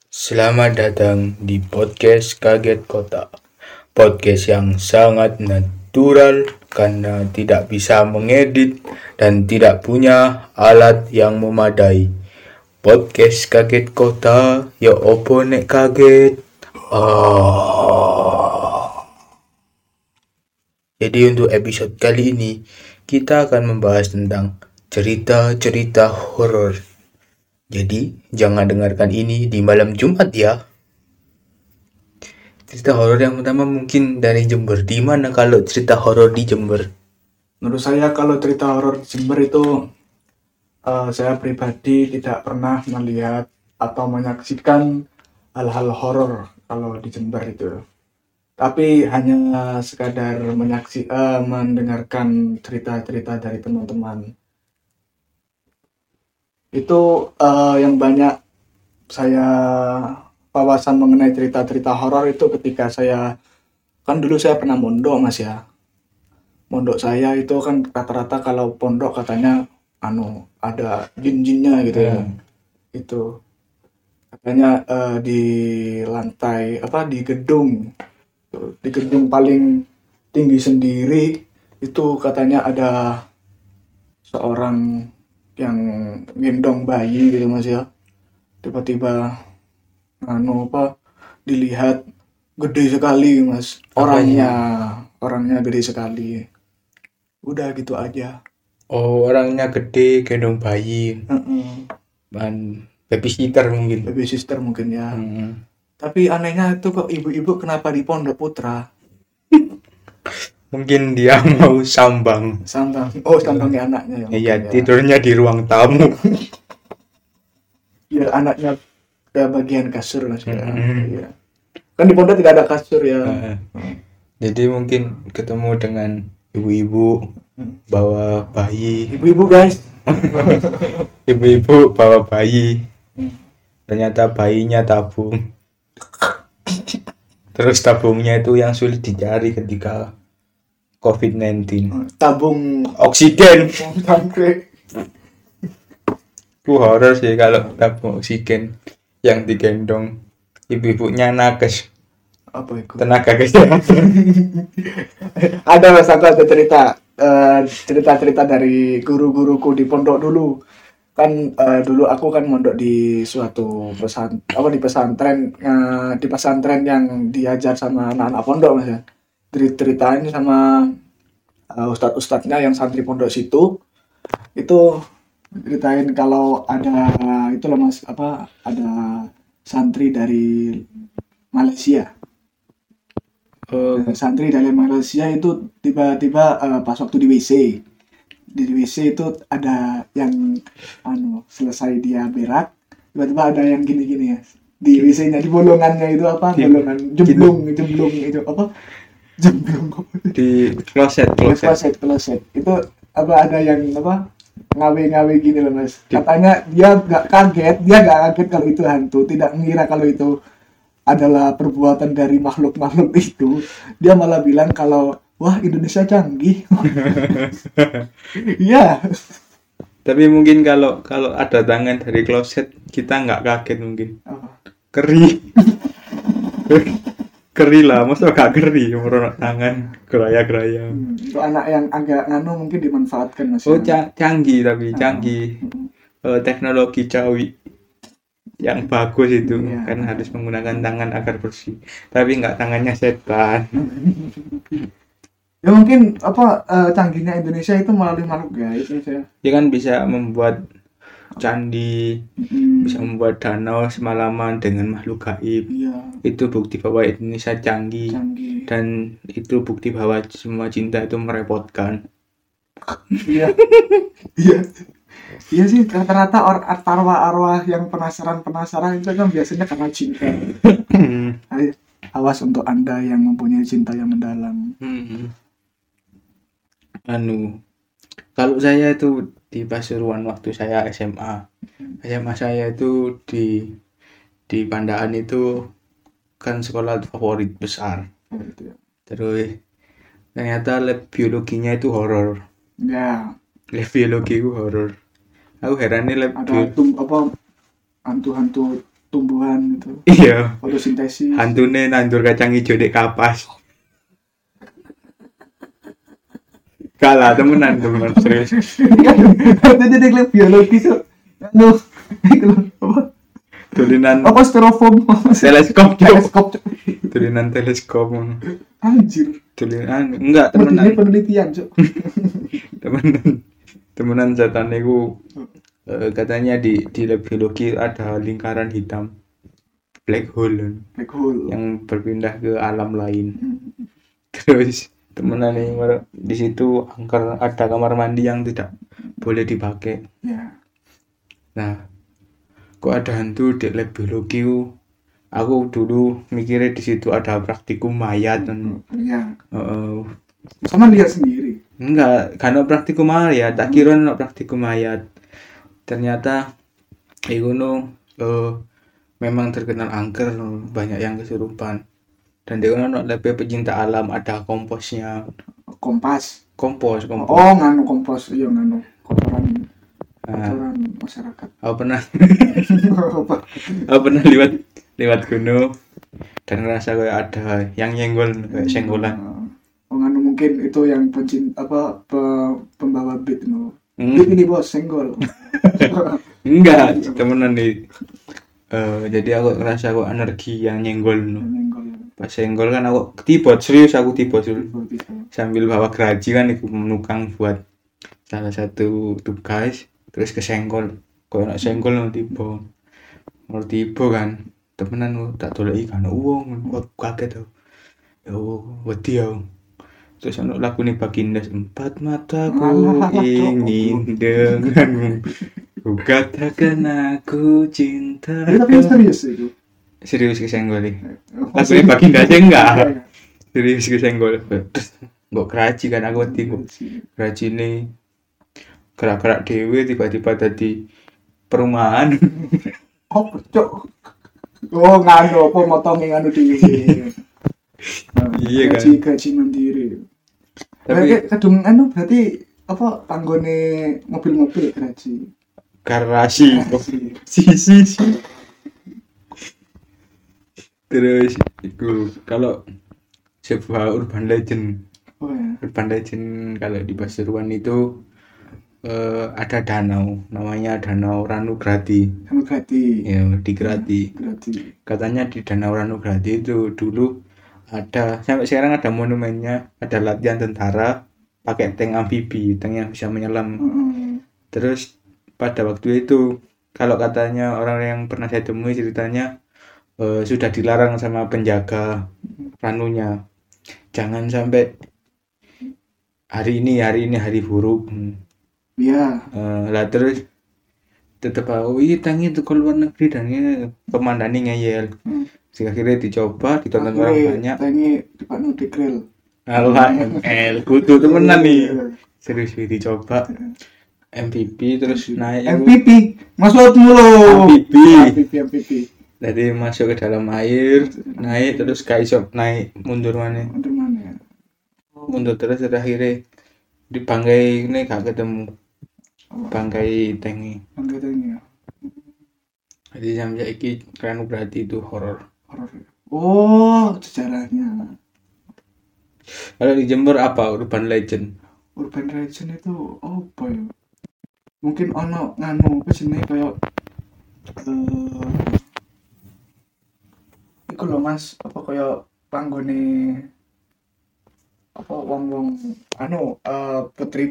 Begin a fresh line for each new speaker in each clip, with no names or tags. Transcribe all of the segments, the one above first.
Selamat datang di podcast Kaget Kota. Podcast yang sangat natural karena tidak bisa mengedit dan tidak punya alat yang memadai. Podcast Kaget Kota, ya opo nek kaget. Jadi untuk episode kali ini kita akan membahas tentang cerita-cerita horor. Jadi jangan dengarkan ini di malam Jumat ya. Cerita horor yang pertama mungkin dari Jember. Di mana kalau cerita horor di Jember?
Menurut saya kalau cerita horor di Jember itu saya pribadi tidak pernah melihat atau menyaksikan hal-hal horor kalau di Jember itu. Tapi hanya sekadar mendengarkan cerita-cerita dari teman-teman. Itu yang banyak saya wawasan mengenai cerita-cerita horor itu ketika kan dulu saya pernah mondok Mas ya. Mondok saya itu kan rata-rata kalau pondok katanya ada jin-jinnya gitu ya. Itu katanya di lantai di gedung paling tinggi sendiri itu katanya ada seorang yang gendong bayi gitu Mas ya. Tiba-tiba dilihat gede sekali Mas. Orangnya gede sekali. Udah gitu aja.
Oh, orangnya gede, gendong bayi. Babysitter mungkin.
Baby sister mungkin ya. Tapi anehnya itu kok ibu-ibu kenapa di Pondok Putra?
Mungkin dia mau sambang.
Sambangnya anaknya ya.
Iya,
mungkin ya.
tidurnya di ruang tamu.
Biar anaknya ke bagian kasur Mas ya. Iya. Kan di pondok tidak ada kasur ya.
Jadi mungkin ketemu dengan ibu-ibu bawa bayi.
Ibu-ibu guys.
Ibu-ibu bawa bayi. Ternyata bayinya tabung. Terus tabungnya itu yang sulit dicari ketika COVID-19.
Tabung
Oksigen.
tangkre.
Horor sih kalau tabung oksigen yang digendong ibu-ibunya nakes.
Apa itu?
Tenaga kesehatan.
Ada Mas, aku ada cerita-cerita dari guru-guruku di pondok dulu. Kan dulu aku kan mondok di suatu pesantren di pesantren yang diajar sama anak-anak pondok Mas ya. Ceritain sama ustadz-ustadznya yang santri pondok situ itu ceritain kalau ada itu loh Mas ada santri dari Malaysia. Santri dari Malaysia itu tiba-tiba pas waktu di WC itu ada yang selesai dia berak tiba-tiba ada yang gini-gini ya di WC-nya di bolongannya itu bolongan jemblung itu jemblung
Di kloset.
itu ada yang ngawe-ngawe gini loh Mas. Katanya dia nggak kaget kalau itu hantu, tidak mengira kalau itu adalah perbuatan dari makhluk-makhluk itu. Dia malah bilang kalau wah Indonesia canggih. Iya.
Tapi mungkin kalau ada tangan dari kloset kita nggak kaget mungkin. Keri. Keri lah, masa gak keri meronok tangan geraya-geraya.
Untuk anak yang agak mungkin dimanfaatkan Mas.
Oh, canggih tapi canggih. Teknologi cawi yang bagus itu kan harus menggunakan tangan agar bersih. Tapi nggak tangannya setan.
Ya mungkin canggihnya Indonesia itu melalui makhluk guys.
Dia kan bisa membuat candi, bisa membuat danau semalaman dengan makhluk gaib. Itu bukti bahwa Indonesia canggih. Dan itu bukti bahwa semua cinta itu merepotkan.
Iya. Iya sih, rata-rata arwah-arwah yang penasaran itu kan biasanya karena cinta. Awas untuk Anda yang mempunyai cinta yang mendalam.
Kalau saya itu di Pasuruan waktu saya SMA saya itu di Pandaan itu kan sekolah favorit besar. Terus ternyata lab biologinya itu horor.
Ya.
Lab biologi itu horor. Aku heran nih lab
ada hantu tumbuhan gitu.
Iya.
Fotosintesis.
Hantune nandur kacang hijau dek kapas. Kalah temenan serius.
Itu jadi klub biologi tuh. Anu, apa?
Tulinan
Apa styrofoam?
teleskop Cuk.
Teleskop.
Tulinan teleskop.
Anjir.
Tulinan enggak
Ini
temenan.
penelitian, Cuk.
Temenan setan itu katanya di lab biologi ada lingkaran hitam black hole
Black hole.
yang berpindah ke alam lain. Terus temenan nih di situ angker ada kamar mandi yang tidak boleh dipakai.
Ya.
Nah, kok ada hantu di lab biologi? Aku dulu mikirnya di situ ada praktikum mayat kan.
Ya.
Heeh.
Sama lihat sendiri.
Enggak, kan praktikum mayat, tak kira no praktikum mayat. Ternyata iku memang terkenal angker, banyak yang kesurupan. Dan dia kan lab pecinta alam, ada komposnya.
Kompos.
Kompos.
Oh, nganu kompos, iya nganu kotoran masyarakat.
Aku pernah lewat gunung dan ngerasa kayak ada yang nyenggol kayak senggolan.
Oh, nganu mungkin itu yang pembawa beat no. Beat ini bos senggol.
Enggak, temenan nih. Jadi aku ngerasa kok energi yang nyenggol no. Pas senggol kan aku ketipot, serius aku ketipot sambil bawa geraji kan iku menukang buat salah satu tugas terus kesenggol kok enak senggol nang tiba kan temenan tak doleki kan wong kaget aku yo wedi aku terus ono lagune Baginda empat mataku ingin denganmu ku katakan aku cinta
Tapi serius itu.
Serius kesenggol nih. Lagunya Baginda aja enggak. Serius kesenggol. Mbok keraji kan aku wedi keraji nih. Gerak-gerak dewe tiba-tiba tadi perumahan.
Oh, cok. Oh, nganu apa motonge nganu dhewe.
Iya kan.
Gaji mandiri.
Tapi
kadung anu berarti apa panggone mobil-mobil gaji.
garasi. Si. Terus itu kalau sebuah urban legend.
Oh ya.
Urban legend kalau di Pasuruan itu ada danau namanya Danau Ranugrati. Ya, di Grati. Katanya di Danau Ranugrati itu dulu ada sampai sekarang ada monumennya, ada latihan tentara pakai tank amfibi, tank yang bisa menyelam. Terus pada waktu itu kalau katanya orang yang pernah saya temui ceritanya sudah dilarang sama penjaga ranunya, jangan sampai hari ini hari buruk.
Iya.
Lah terus tetap tangi itu ke luar negeri dan pemandannya ngeyel. Sehingga akhirnya dicoba, ditonton orang banyak.
Tangi dipanu di grill.
Allah kudu temenan nih. Serius dicoba. MVP terus naik.
MVP masuk mulu. MVP.
Jadi masuk ke dalam air, naik terus kaisop naik mundur mana? Mundur terus akhirnya di bangkai ini gak ketemu bangkai tangi. Jadi sampai iki kan berarti itu horor.
Oh, sejarahnya.
Kalau di Jember apa urban legend?
Urban legend itu apa ya? Mungkin ono nganu apa jenenge kayak iku lho Mas, apa kaya panggone apa wong-wong anu putri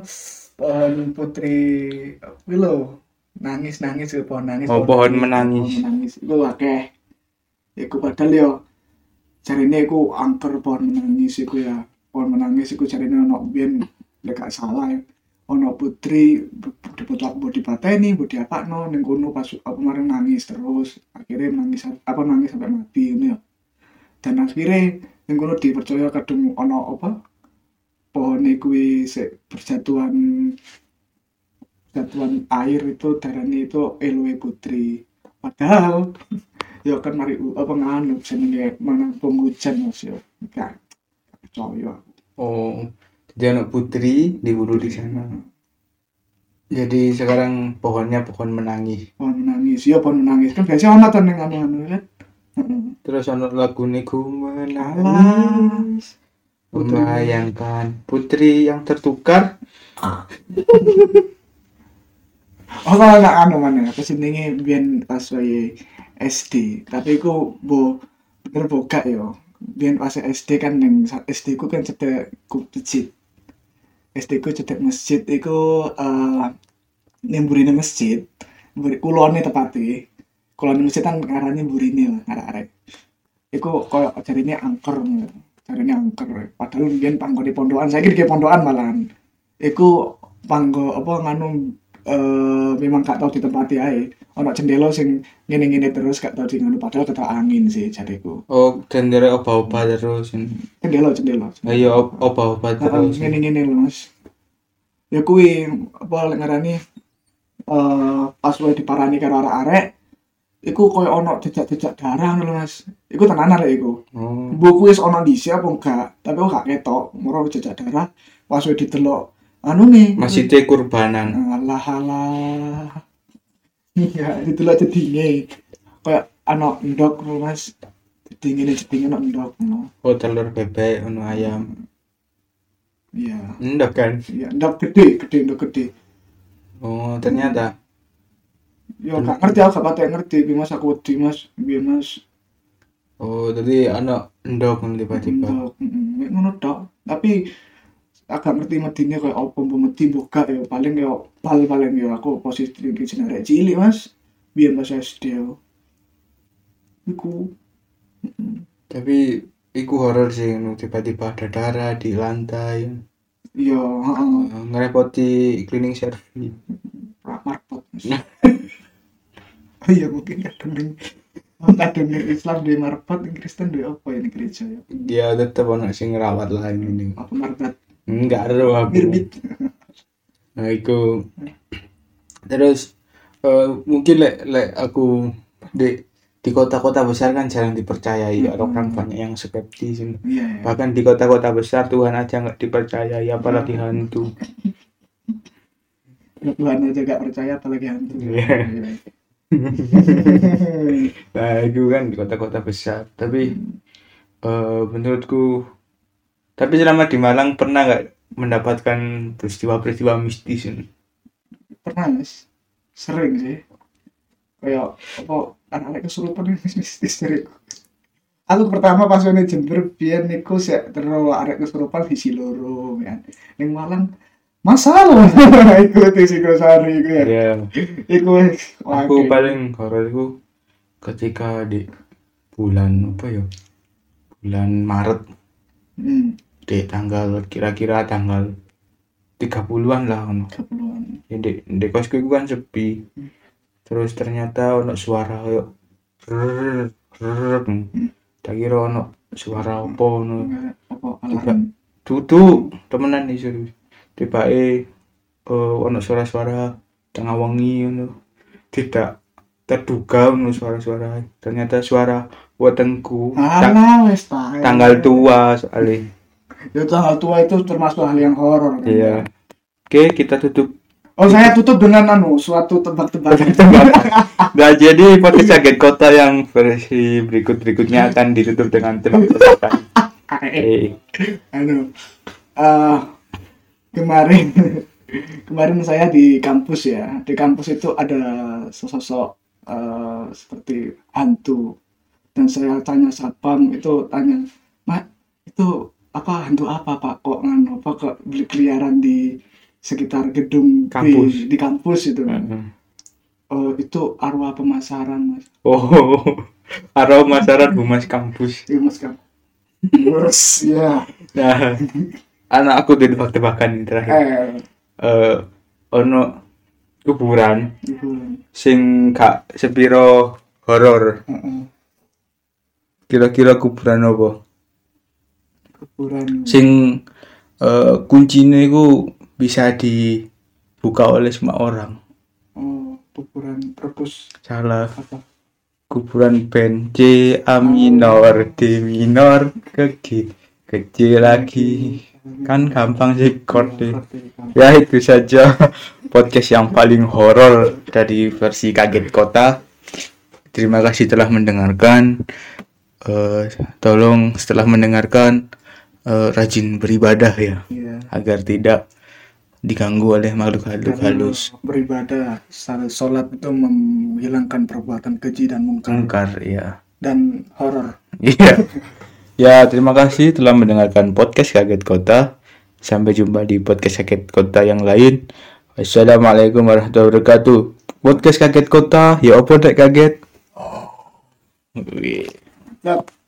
kuwi lho nangis pohon nangis.
Oh, pohon menangis.
Iku akeh. Iku padahal yo jarine iku angker pohon menangis iku ya. Pohon menangis iku jarine ono biyen lek gak salah ya. Ono putri dipateni, diapakno ning kono pas apa marang nangis terus akhirnya nangis sampai mati ngono ya. Dan akhirnya ning kono dipercaya kadung ono apa pohone kuwi berjatuhan air itu darane itu Eloe Putri. Padahal ya kan mari apa nganu jenenge menampung hujan Mas ya. Gak percaya.
Oh, jadi anak putri dibunuh di sana. Jadi sekarang pohonnya pohon menangis.
Pohon menangis. Ya pohon menangis. Kan biasa ono to ning anu kan.
Terus ono lagu niku
Alah.
menangis. Membayangkan putri yang tertukar.
Ono anak anu mana? Aku senenge biyen pas wae SD. Tapi iku bener gak yo. Biyen pas SD kan ning SD ku kan cedek masjid. SD ku cedek masjid iku ning mburine masjid. Kulone tepate. Kulone masjid kan ngarane mburine lah, arek-arek. Iku koyo jarine angker. Jarine angker. Padahal biyen panggone pondokan, saiki di pondokan malahan. Iku apa nganu memang gak tau ditempati ae. Ono jendela sing ngene-ngene terus gak tau di nganu padahal ketok angin sih jariku.
Oh, jendela obah-obah terus.
Jendela.
Ayo obah-obah terus.
Ngene-ngene lho, Mas. Ya kuwi apa ngarani pas wae diparani karo arek-arek iku koyo ono jejak-jejak darah ngono lho, Mas. Iku tenanan lek iku.
Oh.
Mbok wis ono dhisik apa enggak, tapi aku gak ketok. Moro jejak darah pas wae didelok anu nih
Masih kurbanan.
alah iya itulah jedinge kayak anak endok lho Mas jedinge anak endok
Oh, telur bebek ono ayam.
iya
Endok kan.
iya endok gede
Oh, ternyata.
ya gak ngerti aku gak ngerti Mas aku wedi Mas piye Mas
Oh, jadi ono endok tiba-tiba.
endok ngono tok tapi agak ngerti medine kayak apa medi buka ya paling ya aku posisi iki jenenge cilik Mas biyen pas SD iku
Tapi iku horor sih tiba-tiba ada darah di lantai.
iya heeh
Ngerepoti cleaning service.
marpot oh iya mungkin kadang Islam di marpot Kristen di apa ini gereja ya
Dia tetap ono sing ngerawat lah ini.
apa marpot
Enggak ada aku.
birbit
Nah, iku terus mungkin lek aku di kota-kota besar kan jarang dipercayai, orang banyak yang skeptis.
iya
Bahkan di kota-kota besar Tuhan aja nggak dipercayai, apalagi hantu.
Tuhan aja gak percaya apalagi hantu
Iya. Nah, itu kan di kota-kota besar. Tapi menurutku, tapi selama di Malang pernah nggak mendapatkan peristiwa-peristiwa mistis ini?
pernah Mas sering sih kayak apa anak-anak kesurupan mistis dari aku pertama pas ini Jember biyen niku sik terus arek kesurupan visi loro kan ning Malang masalah iku Tisikosari iku ya
Ya,
iku
aku paling horor itu ketika di bulan apa ya? Bulan Maret, di tanggal kira-kira tanggal 30-an lah ono.
30-an.
Ya, di kosku itu kan sepi. Terus ternyata ono suara kayak tak kira ono suara apa ono.
Apa
Tiba
alarm
tutu temenan nih serius. Tiba ono suara-suara tengah wengi ono. Tidak terduga ono suara-suara. Ternyata suara wetengku.
alah wis tae
Tanggal tua soalnya.
ya tanggal tua itu termasuk hal yang horor kan?
Iya. Oke, kita tutup.
Oh saya tutup dengan suatu tebak-tebakan
Nah, jadi podcast Kaget Kota yang versi berikutnya akan ditutup dengan tebak-tebakan.
Kemarin saya di kampus ya. Di kampus itu ada sosok seperti hantu. Dan saya tanya satpam itu tanya, "Mak, itu apa hantu apa Pak? Kok berkeliaran di sekitar gedung
Kampus.
di kampus itu kan?" Itu arwah pemasaran Mas.
Oh, aroma masyarakat humas kampus.
Iya Mas kan. Terus ya.
Nah, anak aku di tebak-tebakan ini terakhir. Ono kuburan sing gak sepiro horor. Kira-kira kuburan apa?
Kuburan
Sing kuncinya itu bisa dibuka oleh semua orang.
kuburan perpus
Salah.
apa?
Kuburan band C A minor D minor ke G kecil lagi kan gampang sih chord deh. Ya itu saja podcast yang paling horor dari versi Kaget Kota. Terima kasih telah mendengarkan. Tolong setelah mendengarkan rajin beribadah ya,
Iya.
agar tidak diganggu oleh makhluk halus.
Beribadah, sholat itu menghilangkan perbuatan keji dan
Mungkar ya.
dan horor.
Iya. Ya, terima kasih telah mendengarkan podcast Kaget Kota. Sampai jumpa di podcast Kaget Kota yang lain. Wassalamualaikum warahmatullahi wabarakatuh. Podcast Kaget Kota, ya opo rek kaget.
Yap.